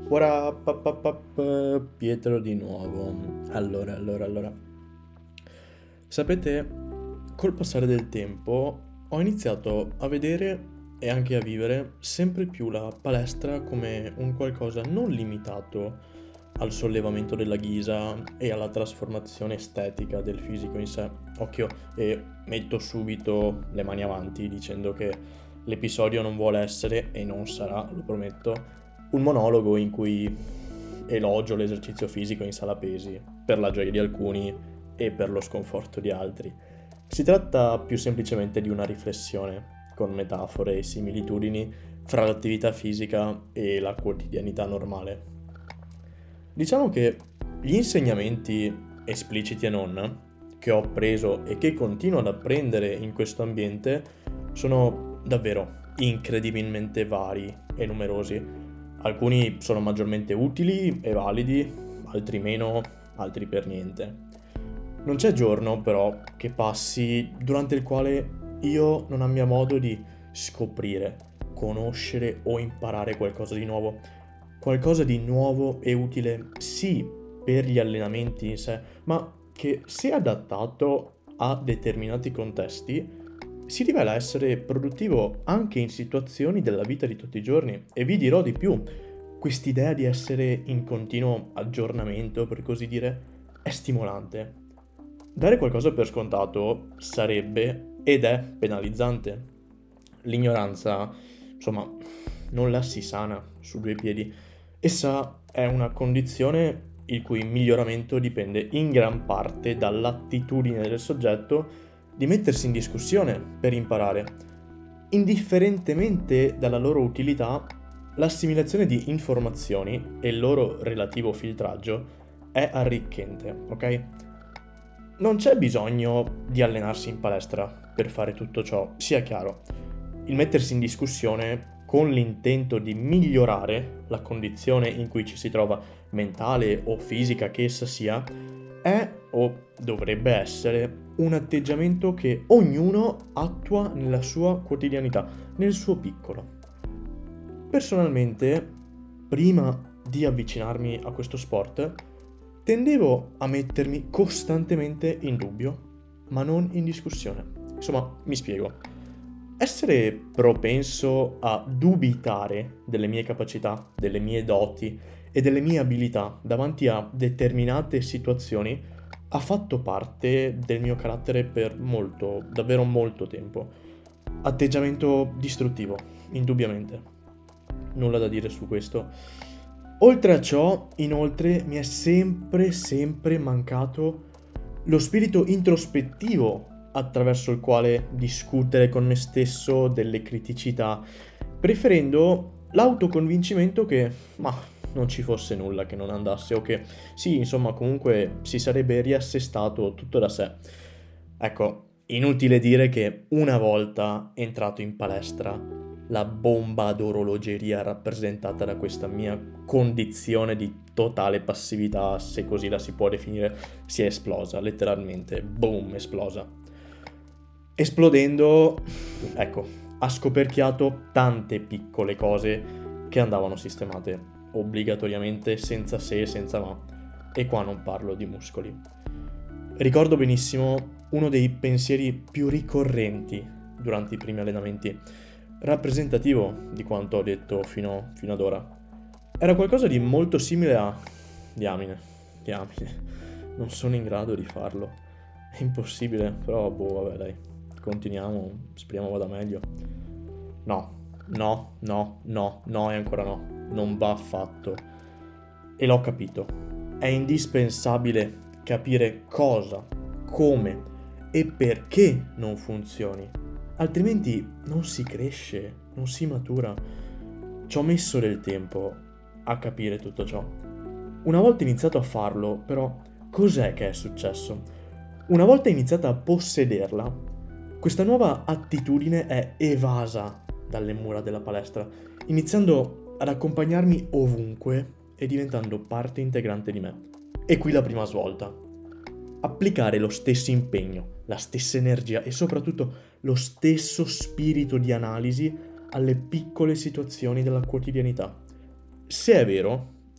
What up, Pietro di nuovo. Allora. Sapete, col passare del tempo ho iniziato a vedere e anche a vivere sempre più la palestra come un qualcosa non limitato al sollevamento della ghisa e alla trasformazione estetica del fisico in sé. Occhio, e metto subito le mani avanti dicendo che l'episodio non vuole essere, e non sarà, lo prometto, un monologo in cui elogio l'esercizio fisico in sala pesi per la gioia di alcuni e per lo sconforto di altri. Si tratta più semplicemente di una riflessione, con metafore e similitudini, fra l'attività fisica e la quotidianità normale. Diciamo che gli insegnamenti, espliciti e non, che ho appreso e che continuo ad apprendere in questo ambiente sono davvero incredibilmente vari e numerosi. Alcuni sono maggiormente utili e validi, altri meno, altri per niente. Non c'è giorno, però, che passi durante il quale io non abbia modo di scoprire, conoscere o imparare qualcosa di nuovo. Qualcosa di nuovo e utile, sì, per gli allenamenti in sé, ma che, se adattato a determinati contesti, si rivela essere produttivo anche in situazioni della vita di tutti i giorni. E vi dirò di più, quest'idea di essere in continuo aggiornamento, per così dire, è stimolante. Dare qualcosa per scontato sarebbe ed è penalizzante. L'ignoranza, insomma, non la si sana su due piedi. Essa è una condizione il cui miglioramento dipende in gran parte dall'attitudine del soggetto di mettersi in discussione per imparare. Indifferentemente dalla loro utilità, l'assimilazione di informazioni e il loro relativo filtraggio è arricchente, ok? Non c'è bisogno di allenarsi in palestra per fare tutto ciò, sia chiaro. Il mettersi in discussione con l'intento di migliorare la condizione in cui ci si trova, mentale o fisica che essa sia, è o dovrebbe essere un atteggiamento che ognuno attua nella sua quotidianità, nel suo piccolo. Personalmente, prima di avvicinarmi a questo sport, tendevo a mettermi costantemente in dubbio, ma non in discussione. Insomma, mi spiego. Essere propenso a dubitare delle mie capacità, delle mie doti e delle mie abilità davanti a determinate situazioni ha fatto parte del mio carattere per molto, davvero molto tempo. Atteggiamento distruttivo, indubbiamente. Nulla da dire su questo. Oltre a ciò, inoltre, mi è sempre mancato lo spirito introspettivo attraverso il quale discutere con me stesso delle criticità, preferendo l'autoconvincimento che, non ci fosse nulla che non andasse o che, sì, insomma, comunque si sarebbe riassestato tutto da sé. Ecco, inutile dire che una volta entrato in palestra, la bomba d'orologeria rappresentata da questa mia condizione di totale passività, se così la si può definire, si è esplosa, letteralmente, boom, esplosa. Esplodendo, ecco, ha scoperchiato tante piccole cose che andavano sistemate, obbligatoriamente, senza se e senza ma. E qua non parlo di muscoli. Ricordo benissimo uno dei pensieri più ricorrenti durante i primi allenamenti, rappresentativo di quanto ho detto fino ad ora. Era qualcosa di molto simile a diamine, non sono in grado di farlo. È impossibile, però vabbè dai, continuiamo, speriamo vada meglio. No, e ancora no, non va affatto. E l'ho capito. È indispensabile capire cosa, come e perché non funzioni. Altrimenti non si cresce, non si matura. Ci ho messo del tempo a capire tutto ciò. Una volta iniziato a farlo, però, cos'è che è successo? Una volta iniziata a possederla, questa nuova attitudine è evasa dalle mura della palestra, iniziando ad accompagnarmi ovunque e diventando parte integrante di me. E qui la prima svolta. Applicare lo stesso impegno, la stessa energia e soprattutto lo stesso spirito di analisi alle piccole situazioni della quotidianità. Se è vero,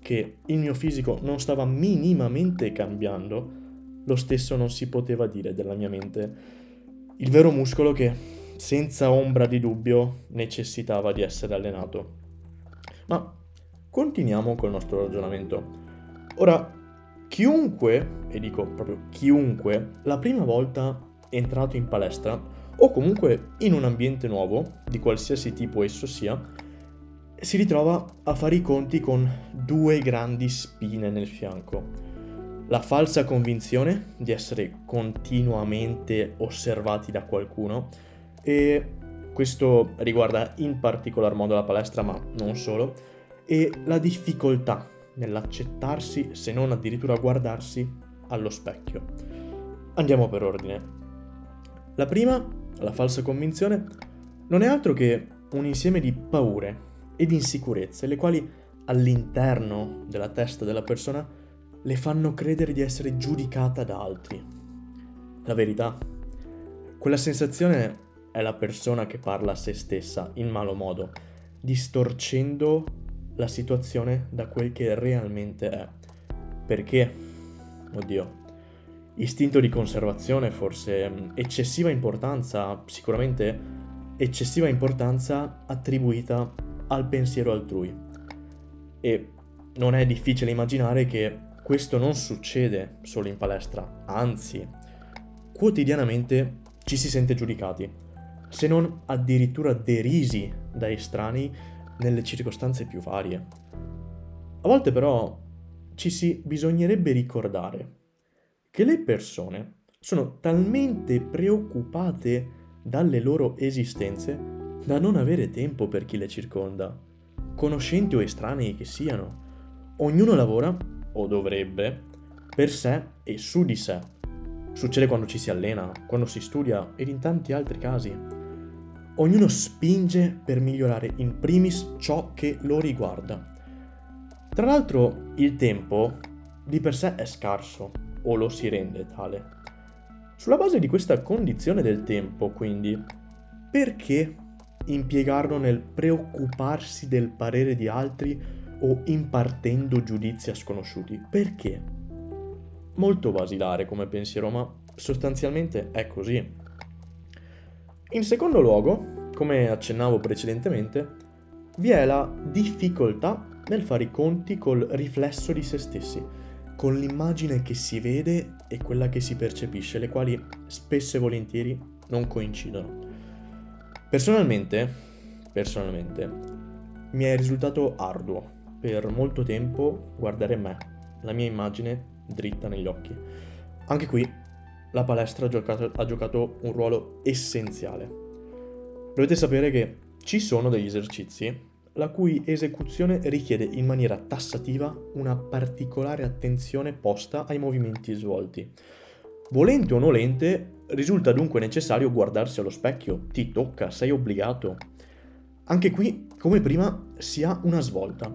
che il mio fisico non stava minimamente cambiando, lo stesso non si poteva dire della mia mente. Il vero muscolo che, senza ombra di dubbio, necessitava di essere allenato. Ma continuiamo col nostro ragionamento. Ora, chiunque, e dico proprio chiunque, la prima volta entrato in palestra, o comunque in un ambiente nuovo, di qualsiasi tipo esso sia, si ritrova a fare i conti con due grandi spine nel fianco. La falsa convinzione di essere continuamente osservati da qualcuno, e questo riguarda in particolar modo la palestra, ma non solo, e la difficoltà nell'accettarsi, se non addirittura guardarsi allo specchio. Andiamo per ordine. La prima, la falsa convinzione, non è altro che un insieme di paure ed insicurezze, le quali all'interno della testa della persona le fanno credere di essere giudicata da altri. La verità, quella sensazione è la persona che parla a se stessa in malo modo, distorcendo la situazione da quel che realmente è. Perché? Oddio. Istinto di conservazione, forse eccessiva importanza, sicuramente eccessiva importanza attribuita al pensiero altrui. E non è difficile immaginare che questo non succede solo in palestra, anzi, quotidianamente ci si sente giudicati, se non addirittura derisi da estranei nelle circostanze più varie. A volte però bisognerebbe ricordare che le persone sono talmente preoccupate dalle loro esistenze da non avere tempo per chi le circonda, conoscenti o estranei che siano. Ognuno lavora, o dovrebbe, per sé e su di sé. Succede quando ci si allena, quando si studia ed in tanti altri casi. Ognuno spinge per migliorare in primis ciò che lo riguarda. Tra l'altro, il tempo di per sé è scarso, o lo si rende tale. Sulla base di questa condizione del tempo, quindi, perché impiegarlo nel preoccuparsi del parere di altri o impartendo giudizi a sconosciuti? Perché? Molto basilare come pensiero, ma sostanzialmente è così. In secondo luogo, come accennavo precedentemente, vi è la difficoltà nel fare i conti col riflesso di se stessi, con l'immagine che si vede e quella che si percepisce, le quali spesso e volentieri non coincidono. Personalmente, mi è risultato arduo per molto tempo guardare me, la mia immagine dritta negli occhi. Anche qui la palestra ha giocato un ruolo essenziale. Dovete sapere che ci sono degli esercizi la cui esecuzione richiede in maniera tassativa una particolare attenzione posta ai movimenti svolti. Volente o nolente, risulta dunque necessario guardarsi allo specchio, ti tocca, sei obbligato. Anche qui, come prima, si ha una svolta.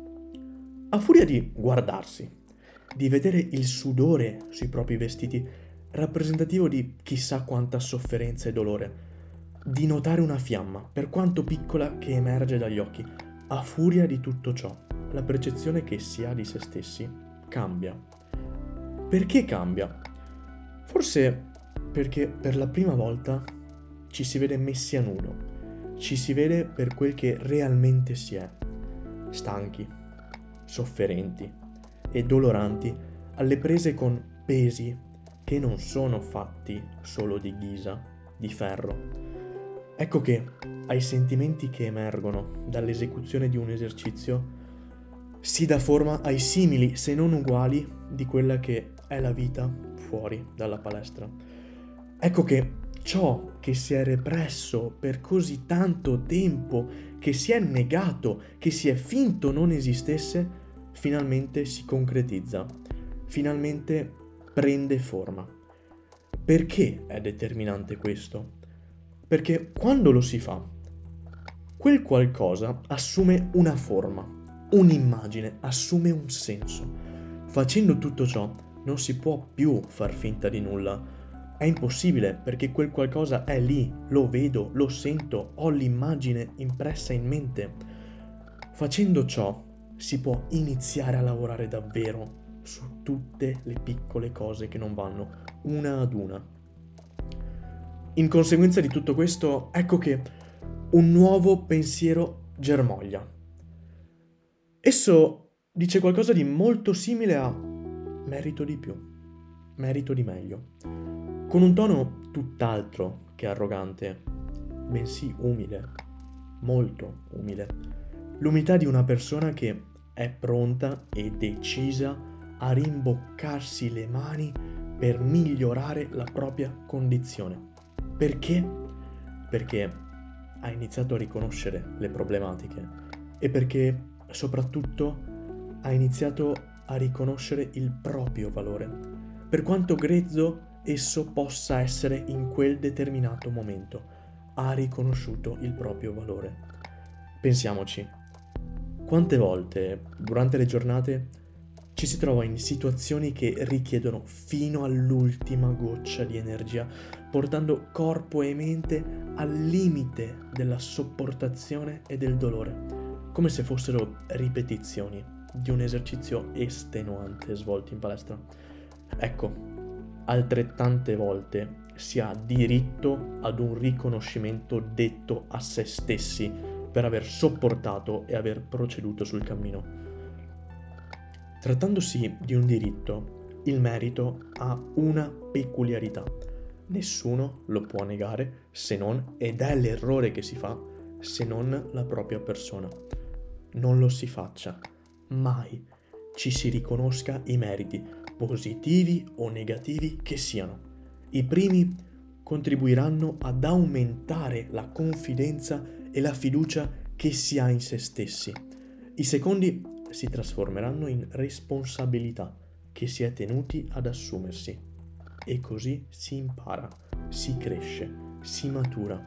A furia di guardarsi, di vedere il sudore sui propri vestiti, rappresentativo di chissà quanta sofferenza e dolore, di notare una fiamma, per quanto piccola, che emerge dagli occhi, a furia di tutto ciò, la percezione che si ha di se stessi cambia. Perché cambia? Forse perché per la prima volta ci si vede messi a nudo, ci si vede per quel che realmente si è, stanchi, sofferenti e doloranti, alle prese con pesi che non sono fatti solo di ghisa, di ferro. Ecco che ai sentimenti che emergono dall'esecuzione di un esercizio si dà forma ai simili, se non uguali, di quella che è la vita fuori dalla palestra. Ecco che ciò che si è represso per così tanto tempo, che si è negato, che si è finto non esistesse, finalmente si concretizza, finalmente prende forma. Perché è determinante questo? Perché quando lo si fa, quel qualcosa assume una forma, un'immagine, assume un senso. Facendo tutto ciò non si può più far finta di nulla. È impossibile, perché quel qualcosa è lì, lo vedo, lo sento, ho l'immagine impressa in mente. Facendo ciò si può iniziare a lavorare davvero su tutte le piccole cose che non vanno, una ad una. In conseguenza di tutto questo, ecco che un nuovo pensiero germoglia. Esso dice qualcosa di molto simile a merito di più, merito di meglio, con un tono tutt'altro che arrogante, bensì umile, molto umile. L'umiltà di una persona che è pronta e decisa a rimboccarsi le mani per migliorare la propria condizione. Perché? Perché ha iniziato a riconoscere le problematiche e perché soprattutto ha iniziato a riconoscere il proprio valore, per quanto grezzo esso possa essere in quel determinato momento. Ha riconosciuto il proprio valore. Pensiamoci, quante volte durante le giornate ci si trova in situazioni che richiedono fino all'ultima goccia di energia, portando corpo e mente al limite della sopportazione e del dolore, come se fossero ripetizioni di un esercizio estenuante svolto in palestra. Ecco, altrettante volte si ha diritto ad un riconoscimento detto a se stessi per aver sopportato e aver proceduto sul cammino. Trattandosi di un diritto, il merito ha una peculiarità. Nessuno lo può negare se non, ed è l'errore che si fa, se non la propria persona. Non lo si faccia, mai ci si riconosca i meriti, positivi o negativi che siano. I primi contribuiranno ad aumentare la confidenza e la fiducia che si ha in se stessi. I secondi si trasformeranno in responsabilità che si è tenuti ad assumersi. E così si impara, si cresce, si matura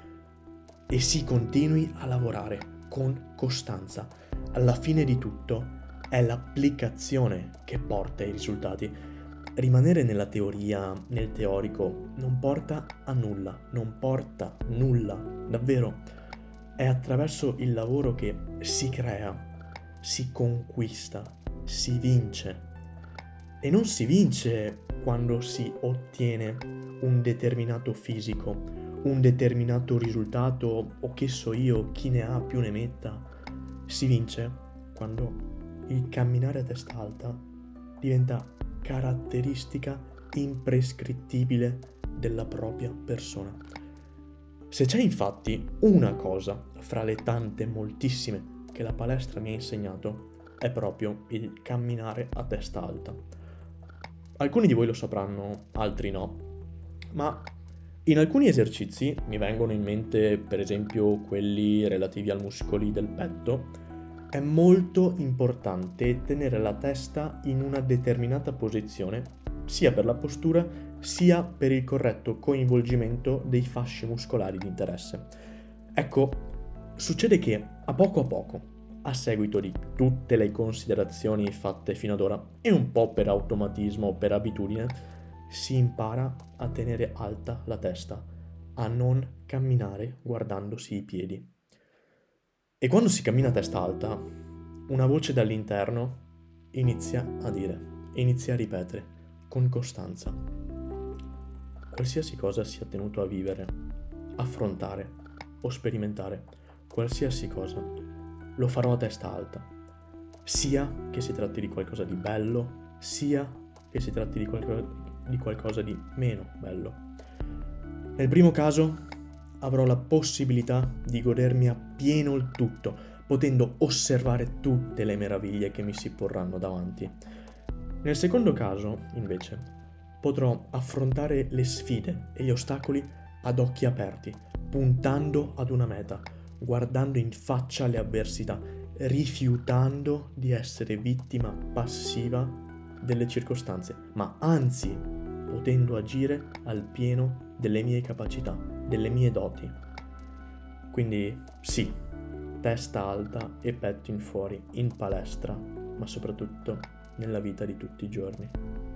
e si continui a lavorare con costanza. Alla fine di tutto è l'applicazione che porta ai risultati. Rimanere nella teoria, nel teorico, non porta a nulla, non porta nulla, davvero. È attraverso il lavoro che si crea, si conquista, si vince. E non si vince quando si ottiene un determinato fisico, un determinato risultato o che so io, chi ne ha più ne metta. Si vince quando il camminare a testa alta diventa caratteristica imprescrittibile della propria persona. Se c'è infatti una cosa fra le tante moltissime che la palestra mi ha insegnato, è proprio il camminare a testa alta. Alcuni di voi lo sapranno, altri no, ma in alcuni esercizi, mi vengono in mente per esempio quelli relativi ai muscoli del petto, è molto importante tenere la testa in una determinata posizione, sia per la postura, sia per il corretto coinvolgimento dei fasci muscolari di interesse. Ecco, succede che a poco, a seguito di tutte le considerazioni fatte fino ad ora, e un po' per automatismo o per abitudine, si impara a tenere alta la testa, a non camminare guardandosi i piedi. E quando si cammina a testa alta, una voce dall'interno inizia a dire, inizia a ripetere, con costanza. Qualsiasi cosa sia tenuto a vivere, affrontare o sperimentare, qualsiasi cosa, lo farò a testa alta. Sia che si tratti di qualcosa di bello, sia che si tratti di qualcosa di meno bello. Nel primo caso avrò la possibilità di godermi appieno il tutto, potendo osservare tutte le meraviglie che mi si porranno davanti. Nel secondo caso, invece, potrò affrontare le sfide e gli ostacoli ad occhi aperti, puntando ad una meta, guardando in faccia le avversità, rifiutando di essere vittima passiva delle circostanze, ma anzi potendo agire al pieno delle mie capacità, delle mie doti. Quindi sì, testa alta e petto in fuori, in palestra, ma soprattutto nella vita di tutti i giorni.